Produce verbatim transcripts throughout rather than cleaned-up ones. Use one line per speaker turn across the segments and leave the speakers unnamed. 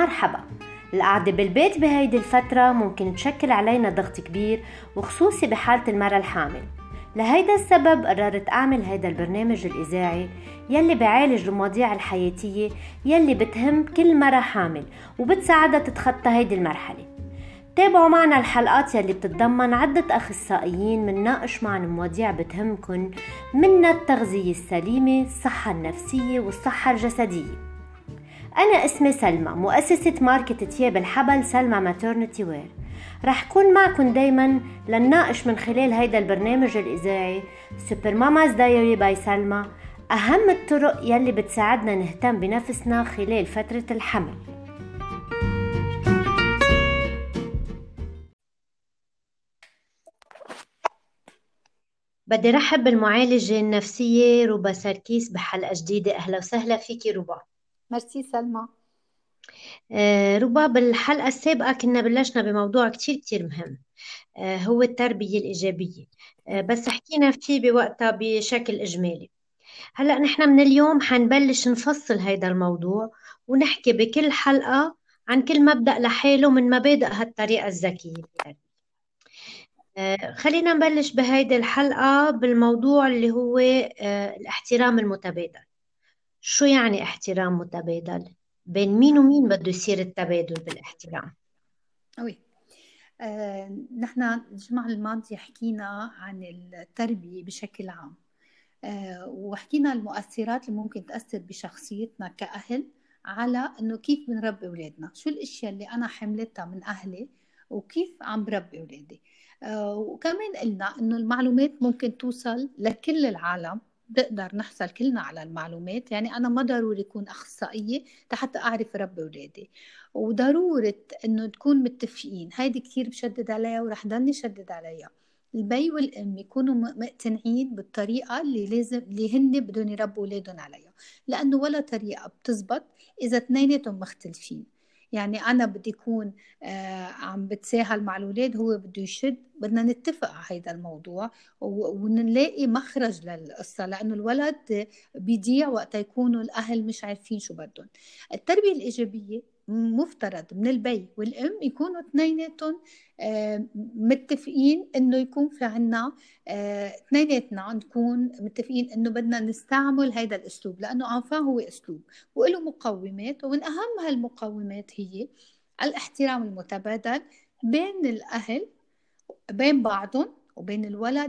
مرحبا. القعدة بالبيت بهيدي الفترة ممكن تشكل علينا ضغط كبير، وخصوصي بحالة المرأة الحامل. لهيدا السبب قررت أعمل هيدا البرنامج الإذاعي يلي بعالج المواضيع الحياتية يلي بتهم كل مرأة حامل وبتساعدها تتخطى هيدي المرحلة. تابعوا معنا الحلقات يلي بتتضمن عدة أخصائيين منناقش معنا مواضيع بتهمكن، منها التغذية السليمة، الصحة النفسية والصحة الجسدية. أنا اسمي سلمى، مؤسسة ماركة تياب الحبل سلمى ماترنتي وير. رح كون معكن دايما لنناقش من خلال هيدا البرنامج الإذاعي سوبر ماماز دايري باي سلمى أهم الطرق يلي بتساعدنا نهتم بنفسنا خلال فترة الحمل. بدي رحب بالمعالجة النفسية روبا سركيس بحلقة جديدة. أهلا وسهلا فيكي روبا.
ميرسي سلمى.
آه روبا، بالحلقة السابقة كنا بلشنا بموضوع كتير كتير مهم، آه هو التربية الإيجابية. آه بس حكينا فيه بوقتها بشكل إجمالي. هلأ نحن من اليوم حنبلش نفصل هيدا الموضوع ونحكي بكل حلقة عن كل مبدأ لحاله من مبادئ هالطريقة الذكية بالتربية. آه خلينا نبلش بهيدي الحلقة بالموضوع اللي هو آه الاحترام المتبادل. شو يعني احترام متبادل؟ بين مين ومين بده يصير التبادل بالاحترام؟
وي آه، نحن الجمعة الماضية حكينا عن التربية بشكل عام. آه، وحكينا المؤثرات اللي ممكن تأثر بشخصيتنا كأهل على إنه كيف بنربي أولادنا، شو الأشياء اللي أنا حملتها من أهلي وكيف عم بربي أولادي. آه، وكمان قلنا إنه المعلومات ممكن توصل لكل العالم، بقدر نحصل كلنا على المعلومات. يعني أنا ما ضروري أكون أخصائية حتى أعرف ربي أولادي، وضرورة إنه نكون متفقين. هيدي كثير بشدد عليها ورح ضلني شدد عليها. البي والأم يكونوا مقتنعين بالطريقة اللي لازم اللي هن بدهم يربوا أولادهم عليها، لأنه ولا طريقة بتزبط إذا اثنيناتهم مختلفين. يعني أنا بدي أكون آه عم بتساهل مع الأولاد، هو بده يشد، بدنا نتفق على هذا الموضوع ونلاقي مخرج للقصة، لأنه الولد بيضيع وقت يكونوا الأهل مش عارفين شو بدهم. التربية الإيجابية مفترض من البي والأم يكونوا اثنيناتهم آه، متفقين انه يكون في عنا آه، اثنيناتنا نكون متفقين انه بدنا نستعمل هذا الاسلوب، لانه عفوا هو اسلوب وله مقومات، ومن اهم هالمقومات هي الاحترام المتبادل بين الاهل، بين بعضهم وبين الولد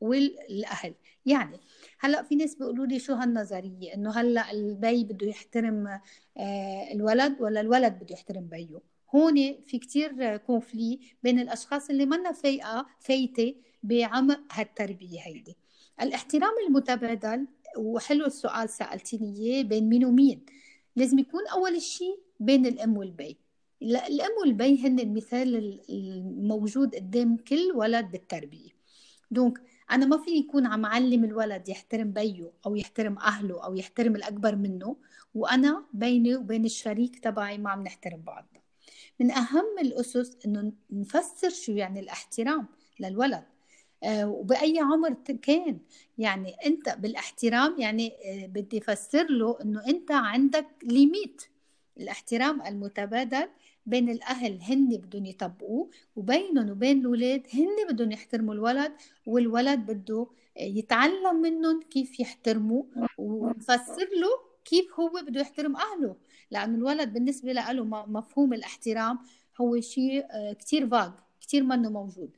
والاهل. يعني هلا في ناس بيقولوا لي شو هالنظريه انه هلا البي بده يحترم آه، الولد ولا الولد بده يحترم بيه. هون في كتير كونفلي بين الاشخاص اللي منا فايقه فايته بعمق هالتربيه هيدي. الاحترام المتبادل، وحلو السؤال سالتيني اياه، بين مين ومين؟ لازم يكون اول شيء بين الام والبي. الأم والبي هن المثال الموجود قدام كل ولد بالتربية. دونك أنا ما في يكون عم علم الولد يحترم بيه أو يحترم أهله أو يحترم الأكبر منه، وأنا بيني وبين الشريك تبعي ما عم نحترم بعضنا. من أهم الأسس إنه نفسر شو يعني الاحترام للولد، آه، وبأي عمر كان. يعني أنت بالاحترام يعني آه، بدي أفسر له إنه أنت عندك ليميت. الاحترام المتبادل بين الأهل هن بدهم يطبقوه، وبينهم وبين الأولاد هن بدهم يحترموا الولد، والولد بده يتعلم منهم كيف يحترموا، ونفسر له كيف هو بده يحترم أهله. لأنه الولد بالنسبة له مفهوم الاحترام هو شيء كتير فاغ، كتير منه موجود.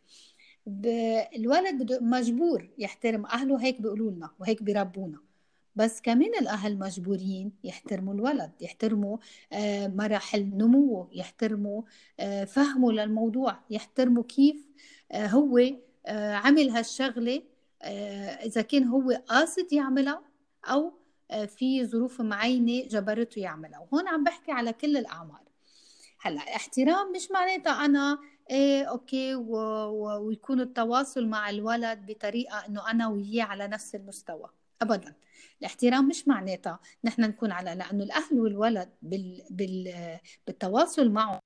الولد بده مجبور يحترم أهله، هيك بيقولوا لنا وهيك بيربونا. بس كمان الأهل مجبورين يحترموا الولد، يحترموا آه، مراحل نموه، يحترموا آه، فهمه للموضوع، يحترموا كيف آه، هو آه، عمل هالشغلة، آه، إذا كان هو قاصد يعملها أو آه، في ظروف معينة جبرته يعملها. وهون عم بحكي على كل الأعمار. هلا احترام مش معناتها أنا ايه اوكي و... و... ويكون التواصل مع الولد بطريقة انه انا وياه على نفس المستوى، ابدا. الاحترام مش معناتها نحن نكون على، لانه الاهل والولد بال... بال... بالتواصل معه.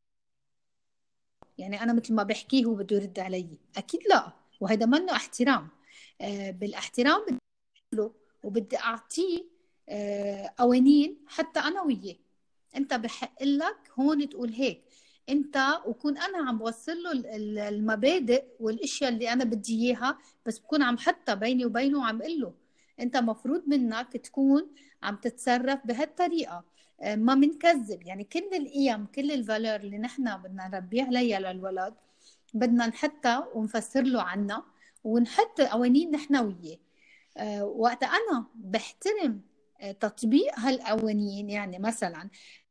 يعني انا مثل ما بحكيه هو بده يرد علي؟ اكيد لا، وهذا منه احترام. آه بالاحترام بدي له وبدي اعطيه آه قوانين حتى انا وياه. انت بحق لك هون تقول هيك. انت وكون انا عم بوصل له ال- ال- المبادئ والاشياء اللي انا بدي اياها، بس بكون عم حطها بيني وبينه وعم اقول له انت مفروض منك تكون عم تتصرف بهالطريقه. آه، ما بنكذب، يعني كل القيم كل الفالور اللي نحن بدنا نربيه عليها للولد بدنا نحطها ونفسر له عنها ونحط قوانين نحن وياه. آه، وقت انا بحترم آه، تطبيق هالقوانين، يعني مثلا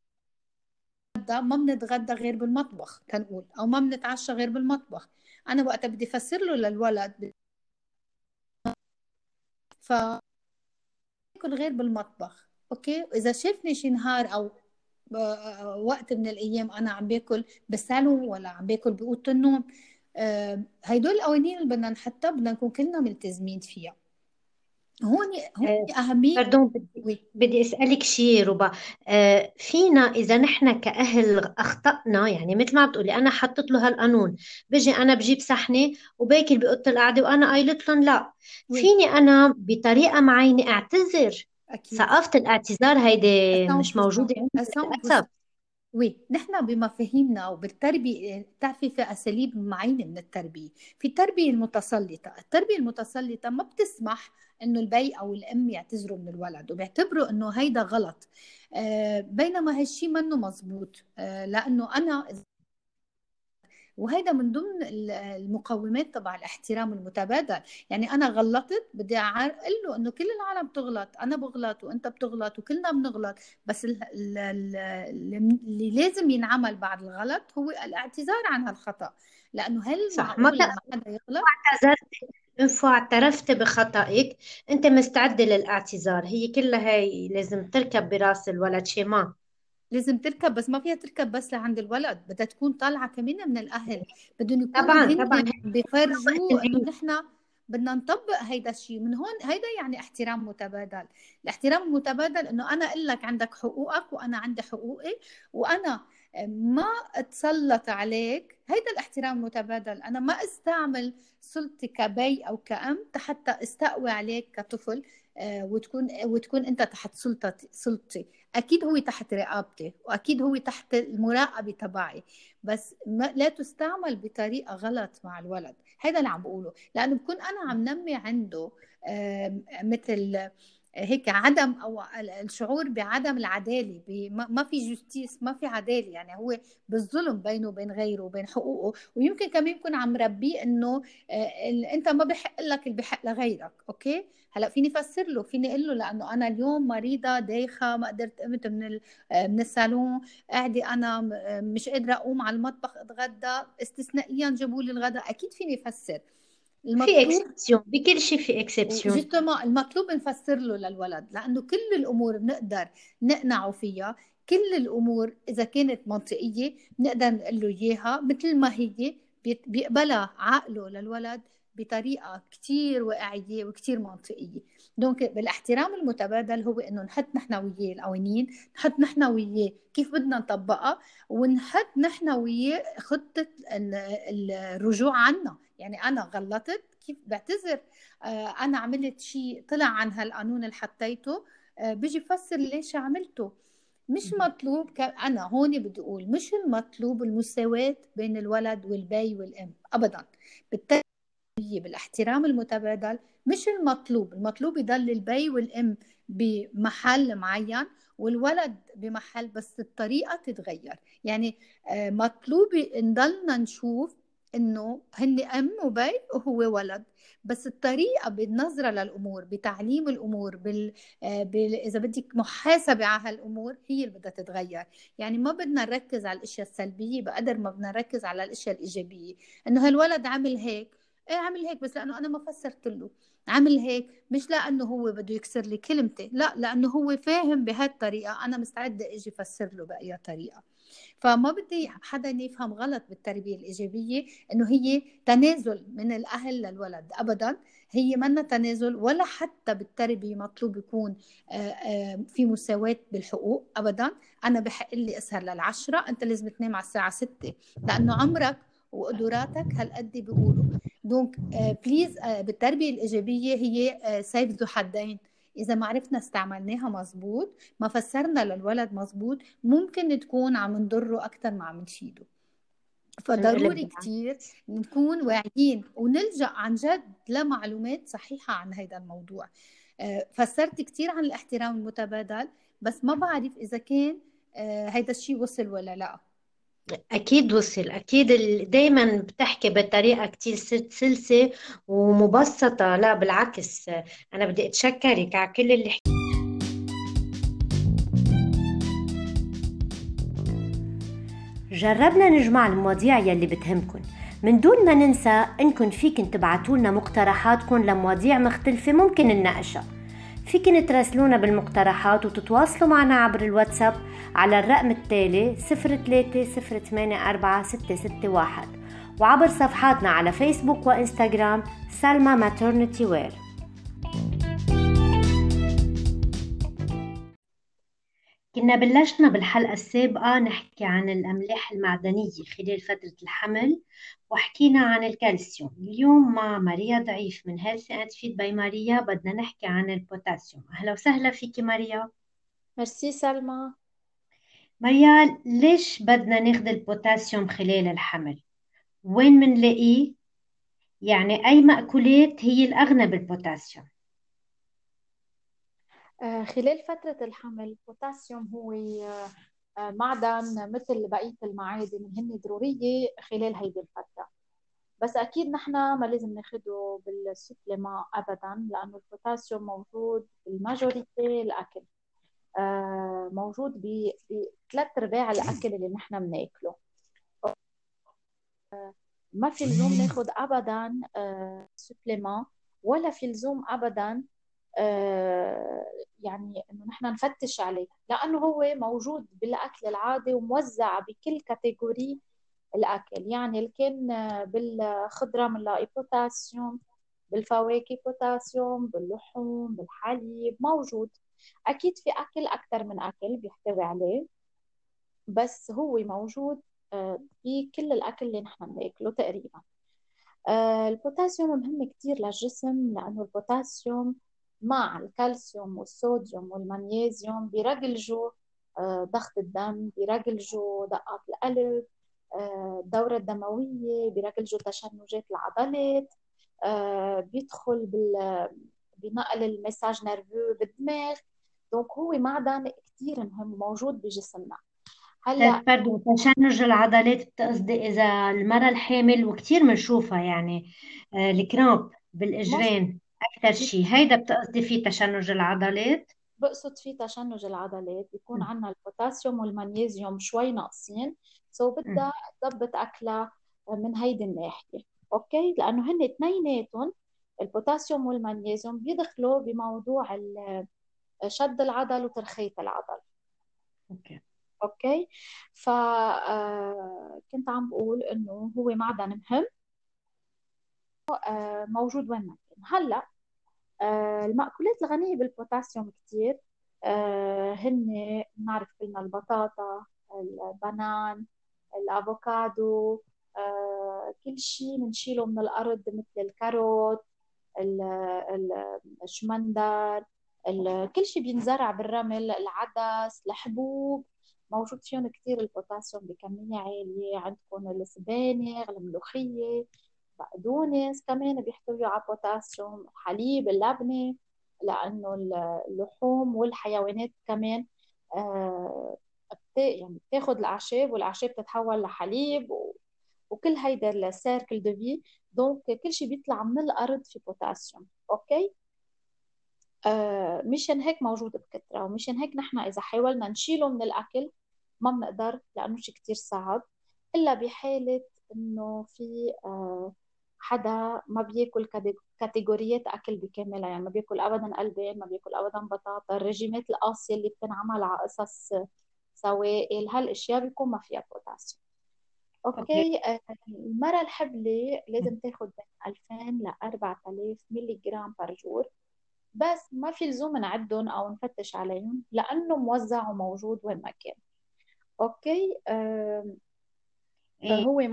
ما بنتغدى غير بالمطبخ تنقول، او ما بنتعشى غير بالمطبخ، انا وقتها بدي افسر له للولد ف ياكل غير بالمطبخ. اوكي، واذا شافني شي نهار او آه، وقت من الايام انا عم باكل بالصالون ولا عم باكل باوضه النوم، آه، هيدول القوانين اللي بدنا نحطها بدنا نكون كلنا ملتزمين فيها. هون هون
آه،
اهميه.
باردون، بدي
وي.
بدي أسألك شيء ربا. آه، فينا إذا نحن كأهل أخطأنا، يعني مثل ما بتقولي أنا حطيت له هالقانون، بيجي أنا بجيب صحني وباكل بأوضة القعدة وأنا قايلت لهم لا،
وي.
فيني أنا بطريقة معينة أعتذر؟
اكيد.
ثقافة الاعتذار هيدي مش
ألف ومية
موجودة عندنا
ألف ومية.
للأسف.
وي، نحن بمفاهيمنا وبالتربية بتعرفي في أساليب معينة من التربية. في التربية المتسلطة، التربية المتسلطة ما بتسمح إنه البي أو الأم يعتذروا من الولد وبيعتبروا إنه هيدا غلط. آه، بينما هالشي منه مزبوط. آه، لأنه أنا، وهيدا من ضمن ال- المقومات تبع الاحترام المتبادل. يعني انا غلطت بدي اقول له انه كل العالم بتغلط، انا بغلط وانت بتغلط وكلنا بنغلط، بس ال- ال- ال- اللي لازم ينعمل بعد الغلط هو الاعتذار عن هالخطأ. لانه هل
صح،
معقول
متى
لما حدا يغلط؟
اعتذرت، انفو اعترفت بخطئك، انت مستعدة للاعتذار، هي كلها هي لازم تركب براس الولد شيء.
لازم تركب، بس ما فيها تركب بس لعند الولد، بدها تكون طالعة كمان من الأهل. بدهم يكونوا
طبعا
هن
طبعا،
بيفرجوا إنه
هي
نحن بدنا نطبق هيدا الشيء من هون. هيدا يعني احترام متبادل. الاحترام المتبادل إنه أنا أقول لك عندك حقوقك وأنا عندي حقوقي، وأنا ما أتسلط عليك. هيدا الاحترام المتبادل، أنا ما استعمل سلطتي كبي أو كأم حتى استقوي عليك كطفل. آه، وتكون وتكون أنت تحت سلطتي سلطتي اكيد هو تحت رقابتي واكيد هو تحت المراقبه تبعي، بس ما لا تستعمل بطريقه غلط مع الولد. هذا اللي عم بقوله، لانه بكون انا عم نمي عنده آم، مثل هيك عدم او الشعور بعدم العداله، ب- ما ما في جوستيس، ما في عداله، يعني هو بالظلم بينه وبين غيره وبين حقوقه. ويمكن كمان يكون عم ربيه انه آه، ال- انت ما بحق لك اللي بحق لغيرك. اوكي، هلا فيني افسر له، فيني اقول له لانه انا اليوم مريضه دايخه ما قدرت قمت من ال- آه، من الصالون، قاعده انا م- آه، مش قادره اقوم على المطبخ اتغدى، استثنائيا جابوا لي الغداء. اكيد فيني افسر
في
المطلوب.
اكسبسيون، بكل شيء في اكسبسيون.
جسمه المطلوب نفسر له للولد، لانه كل الامور بنقدر نقنعه فيها. كل الامور اذا كانت منطقيه بنقدر نقول له اياها مثل ما هي، بيت- بيقبلها عقله للولد بطريقه كتير واقعيه وكتير منطقيه. دونك بالاحترام المتبادل هو انه نحط نحن وياه القوانين، نحط نحن وياه كيف بدنا نطبقها، ونحط نحن وياه خطه ال- ال- الرجوع عنا. يعني انا غلطت كيف بعتذر، آه، انا عملت شيء طلع عن هالقانون اللي حطيته، آه، بيجي بفسر ليش عملته. مش مطلوب ك... انا هون بدي اقول مش المطلوب المساواة بين الولد والبي والام ابدا. بالتالي بالاحترام المتبادل مش المطلوب، المطلوب يضل البي والام بمحل معين والولد بمحل، بس الطريقة تتغير. يعني آه، مطلوب نضلنا نشوف انه هن ام وبي وهو ولد، بس الطريقة بالنظرة للأمور، بتعليم الأمور، بال... آه، بال... إذا بدك محاسبة على هالأمور هي اللي بدها تتغير. يعني ما بدنا نركز على الأشياء السلبية بقدر ما بدنا نركز على الأشياء الإيجابية. إنه هالولد عمل هيك، ايه عمل هيك بس لانه انا ما فسرت له. عمل هيك مش لانه هو بده يكسر لي كلمتي، لا، لانه هو فاهم بهالطريقه انا مستعده اجي افسر له باي طريقه. فما بدي حدا يفهم غلط بالتربيه الايجابيه انه هي تنازل من الاهل للولد ابدا. هي منا تنازل، ولا حتى بالتربيه مطلوب يكون آه، آه، في مساواة بالحقوق ابدا. انا بحق لي اسهر للعشرة، انت لازم تنام على الساعه ستة لانه عمرك وقدراتك هالقد بيقولوا. دونك آه بليز، آه بالتربيه الايجابيه هي آه سيف ذو حدين. إذا ما عرفنا استعملناها مزبوط، ما فسرنا للولد مزبوط، ممكن تكون عم نضره أكتر ما عم نفيده. فضروري
نقلب.
كتير نكون واعيين ونلجأ عن جد لمعلومات صحيحة عن هذا الموضوع. آه، فسرت كتير عن الاحترام المتبادل، بس ما بعرف إذا كان آه، هيدا الشيء وصل ولا لا.
أكيد وصل، أكيد. ال- دايما بتحكي بطريقة كتير سل- سلسة ومبسطة. لا بالعكس، أنا بدي أتشكرك على كل اللي
جربنا نجمع المواضيع يلي بتهمكن من دون ما ننسى انكن فيكن تبعتوا لنا مقترحاتكن لمواضيع مختلفة ممكن نناقشها. فيكن تراسلونا بالمقترحات وتتواصلوا معنا عبر الواتساب على الرقم التالي صفر ثلاثة صفر ثمانية أربعة ستة ستة واحد، وعبر صفحاتنا على فيسبوك وإنستغرام سلمى ماترنتي وير.
كنا بلشنا بالحلقة السابقة نحكي عن الأملاح المعدنية خلال فترة الحمل، وحكينا عن الكالسيوم. اليوم مع ماريا ضعيف من هيلثي اند فيت باي ماريا بدنا نحكي عن البوتاسيوم. أهلا وسهلا فيكي ماريا.
ميرسي سلمى.
ماريا، ليش بدنا ناخد البوتاسيوم خلال الحمل؟ وين منلاقيه؟ يعني أي مأكولات هي الأغنى بالبوتاسيوم؟
آه، خلال فترة الحمل البوتاسيوم هو آه، آه، معدن مثل بقية المعادن، هن ضرورية خلال هيدي الفترة. بس أكيد نحن ما لازم ناخده بالسوبليما أبدا، لأنه البوتاسيوم موجود بالماجوريتي الأكل، آه، موجود بثلاث أرباع الأكل اللي نحن بناكله. ما في لزوم ناخد أبدا سوبليما، ولا في لزوم أبدا آه، يعني انه نحن نفتش عليه، لانه هو موجود بالاكل العادي وموزع بكل كاتيجوري الاكل. يعني اللي كان بالخضره بنلاقي بوتاسيوم، بالفواكه بوتاسيوم، باللحوم، بالحليب موجود. اكيد في اكل اكثر من اكل بيحتوي عليه، بس هو موجود آه، بكل الاكل اللي نحن بناكله تقريبا. آه، البوتاسيوم مهم كتير للجسم، لأنه البوتاسيوم مع الكالسيوم والصوديوم والمغنيسيوم بيرجلجوا آه، ضغط الدم، بيرجلجوا دقات القلب، آه، الدورة الدموية، بيرجلجوا تشنجات العضلات، آه، بيدخل بال بنقل المساج نيرفو بالدماغ. دونك هو معدن كتير مهم موجود بجسمنا. هلا
برضو تشنج العضلات بتقصدي إذا المرأة الحامل، وكتير بنشوفها يعني آه، الكرامب بالإجرين أكتر شيء، هيدا بتقصدي فيه تشنج العضلات؟
بقصد فيه تشنج العضلات، بيكون عندنا البوتاسيوم والمغنيسيوم شوي ناقصين، سو بدها تضبط أكلها من هيدي الناحية. أوكي، لأنه هن اثنيناتهم البوتاسيوم والمغنيسيوم بيدخلوا بموضوع ال- شد العضل وترخية العضل.
أوكي.
أوكي، فكنت عم بقول إنه هو معدن مهم آه، موجود وين ما كان. هلا آه، المأكولات الغنية بالبوتاسيوم كتير آه، هن نعرف كلنا البطاطا، البنان، الأفوكادو، آه، كل شيء بنشيله من الأرض مثل الكاروت، ال- ال- الشمندر، ال- كل شيء بينزرع بالرمل، العدس، الحبوب موجود فيهم كتير البوتاسيوم بكمية عالية. عندكم السبانخ، الملوخية، بقدونس كمان بيحتوي على بوتاسيوم، الحليب، اللبنة، لأنه اللحوم والحيوانات كمان آه، بت- يعني بتاخد الأعشاب، والأعشاب تتحول لحليب و... وكل هيدا السيركل دو في. دونك كل شيء بيطلع من الأرض في بوتاسيوم. أوكي، آه مشان هيك موجود بكثرة، ومشان هيك نحن إذا حاولنا نشيله من الأكل ما بنقدر، لأنه شيء كتير صعب، إلا بحالة إنه في آه حدا ما بياكل كاتيجوريات أكل بكاملها، يعني ما بياكل أبدا ألبان، ما بياكل أبدا بطاطا، الرجيمات القاسية اللي بتنعمل على قصص سوائل، هالأشياء بيكون ما فيها بوتاسيوم.
أوكي.
اوكي، آه، المرأة الحبلة لازم تاخد بين ألفين ل أربعة آلاف ملي جرام بر جور، بس ما في لزوم نعدهم او نفتش عليهم لانه موزع وموجود وين ما كان. اوكي، آه
إيه.
هو معدن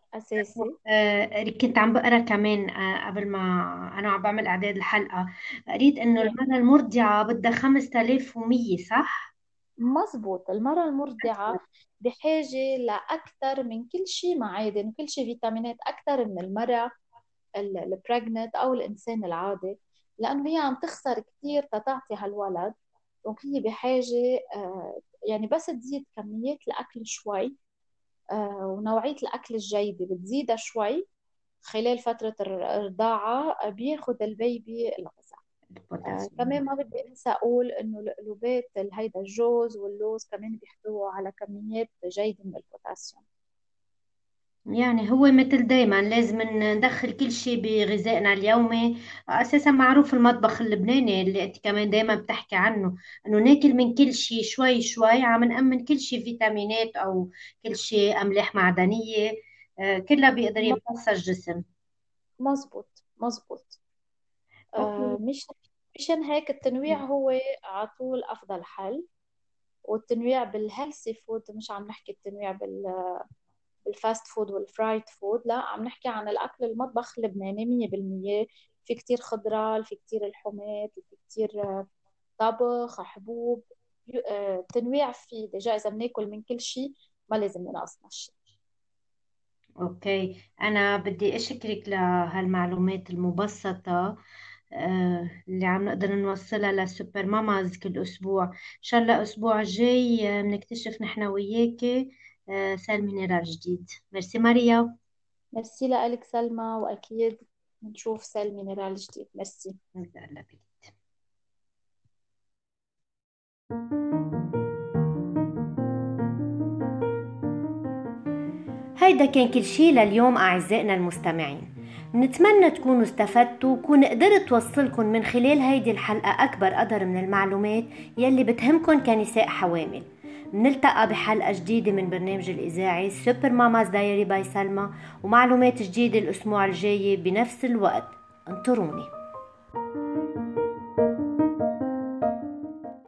أساسي.
آه، كنت عم بقرا كمان آه، قبل ما انا عم بعمل اعداد الحلقه، قريت انه
إيه،
المراه المرضعه بدها خمسة آلاف ومية، صح؟
مزبوط. المرأة المرضعة بحاجة لأكثر من كل شيء معادن وكل شيء فيتامينات أكثر من المرأة البريجننت أو الإنسان العادي، لأنه هي عم تخسر كثير تتعطي هالولد. دونك هي بحاجة آه، يعني بس تزيد كميات الأكل شوي، آه، ونوعية الأكل الجيدة بتزيدها شوي خلال فترة الرضاعة، بياخد البيبي الغذاء. آه
البوتاسيوم.
كمان ما بدي انسى اقول انه القلوبات هيدا الجوز واللوز كمان بيحتووا على كميات جيدة من البوتاسيوم.
يعني هو مثل دايما لازم ندخل كل شيء بغذائنا اليومي. اساسا معروف المطبخ اللبناني اللي انت كمان دايما بتحكي عنه، انه ناكل من كل شيء شوي شوي، عم نأمن كل شيء فيتامينات او كل شيء املاح معدنية، آه، كلها بيقدر
م-
يمتصها الجسم.
مزبوط مزبوط. آه
اوكي.
مش مشان هيك التنويع هو على طول افضل حل. والتنويع بالهيلثي فود، مش عم نحكي التنويع بال بالفاست فود والفرايد فود، لا عم نحكي عن الاكل المطبخ اللبناني مية بالمية. في كتير خضرة، في كتير لحومات، في كتير آه، طبخ حبوب. يو- آه، تنويع فيه دجا. إذا بناكل من كل شيء ما لازم ينقصنا شيء.
اوكي، انا بدي اشكرك لهالمعلومات المبسطة آه، اللي عم نقدر نوصلها للسوبر ماماز كل اسبوع. ان شاء الله الاسبوع الجاي آه، بنكتشف نحن وياكي آه، سال مينرال جديد. ميرسي ماريا.
ميرسي لك سلمى، وأكيد نشوف سيل مينرال جديد. ميرسي.
نبدأ اللعبة.
هيدا كان كل شي لليوم أعزائنا المستمعين. نتمنى تكونوا استفدتوا وكون قدرت توصلكن من خلال هيدي الحلقة أكبر قدر من المعلومات يلي بتهمكن كنساء حوامل. نلتقى بحلقة جديدة من برنامج الإذاعي سوبر ماماز دايري باي سلمى، ومعلومات جديدة الأسبوع الجاي بنفس الوقت. انطروني.